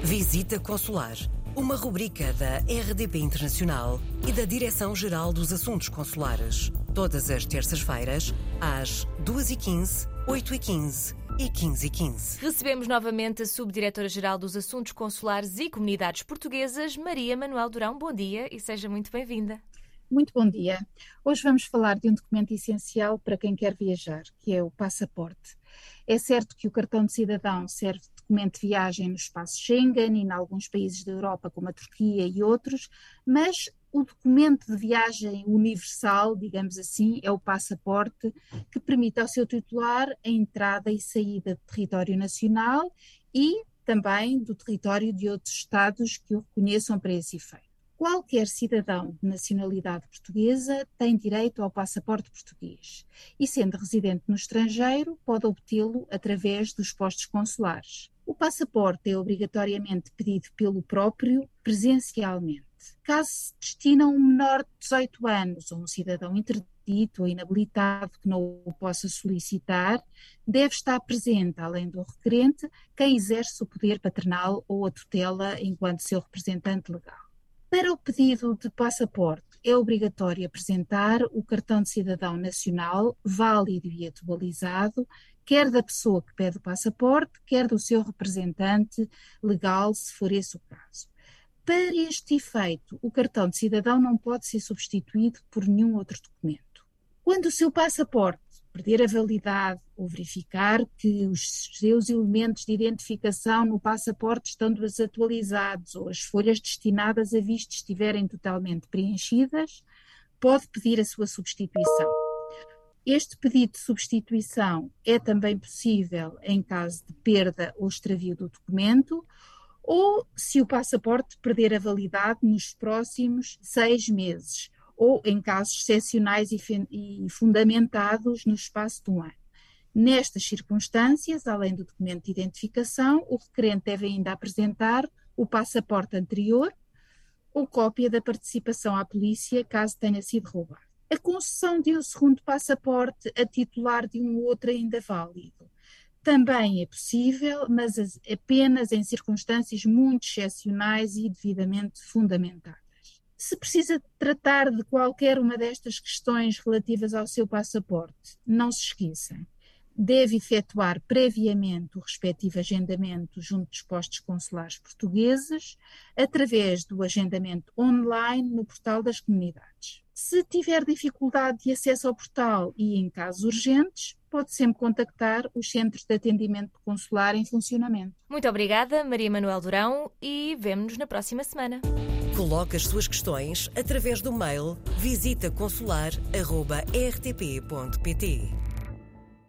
Visita Consular, uma rubrica da RDP Internacional e da Direção-Geral dos Assuntos Consulares. Todas as terças-feiras, às 2h15, 8h15 e 15h15. Recebemos novamente a Subdiretora-Geral dos Assuntos Consulares e Comunidades Portuguesas, Maria Manuel Durão. Bom dia e seja muito bem-vinda. Muito bom dia. Hoje vamos falar de um documento essencial para quem quer viajar, que é o passaporte. É certo que o cartão de cidadão serve de documento de viagem no espaço Schengen e em alguns países da Europa, como a Turquia e outros, mas o documento de viagem universal, digamos assim, é o passaporte, que permite ao seu titular a entrada e saída do território nacional e também do território de outros Estados que o reconheçam para esse efeito. Qualquer cidadão de nacionalidade portuguesa tem direito ao passaporte português e, sendo residente no estrangeiro, pode obtê-lo através dos postos consulares. O passaporte é obrigatoriamente pedido pelo próprio presencialmente. Caso se destina a um menor de 18 anos ou um cidadão interdito ou inabilitado que não o possa solicitar, deve estar presente, além do requerente, quem exerce o poder paternal ou a tutela enquanto seu representante legal. Para o pedido de passaporte, é obrigatório apresentar o cartão de cidadão nacional válido e atualizado, quer da pessoa que pede o passaporte, quer do seu representante legal, se for esse o caso. Para este efeito, o cartão de cidadão não pode ser substituído por nenhum outro documento. Quando o seu passaporte perder a validade ou verificar que os seus elementos de identificação no passaporte estão desatualizados ou as folhas destinadas a visto estiverem totalmente preenchidas, pode pedir a sua substituição. Este pedido de substituição é também possível em caso de perda ou extravio do documento ou se o passaporte perder a validade nos próximos 6 meses, ou em casos excepcionais e fundamentados no espaço de um ano. Nestas circunstâncias, além do documento de identificação, o requerente deve ainda apresentar o passaporte anterior ou cópia da participação à polícia, caso tenha sido roubado. A concessão de um segundo passaporte a titular de um outro ainda válido também é possível, mas apenas em circunstâncias muito excepcionais e devidamente fundamentadas. Se precisa tratar de qualquer uma destas questões relativas ao seu passaporte, não se esqueça, deve efetuar previamente o respectivo agendamento junto dos postos consulares portugueses, através do agendamento online no portal das comunidades. Se tiver dificuldade de acesso ao portal e em casos urgentes, pode sempre contactar os centros de atendimento consular em funcionamento. Muito obrigada, Maria Manuel Durão, e vemo-nos na próxima semana. Coloque as suas questões através do mail visitaconsular@rtp.pt.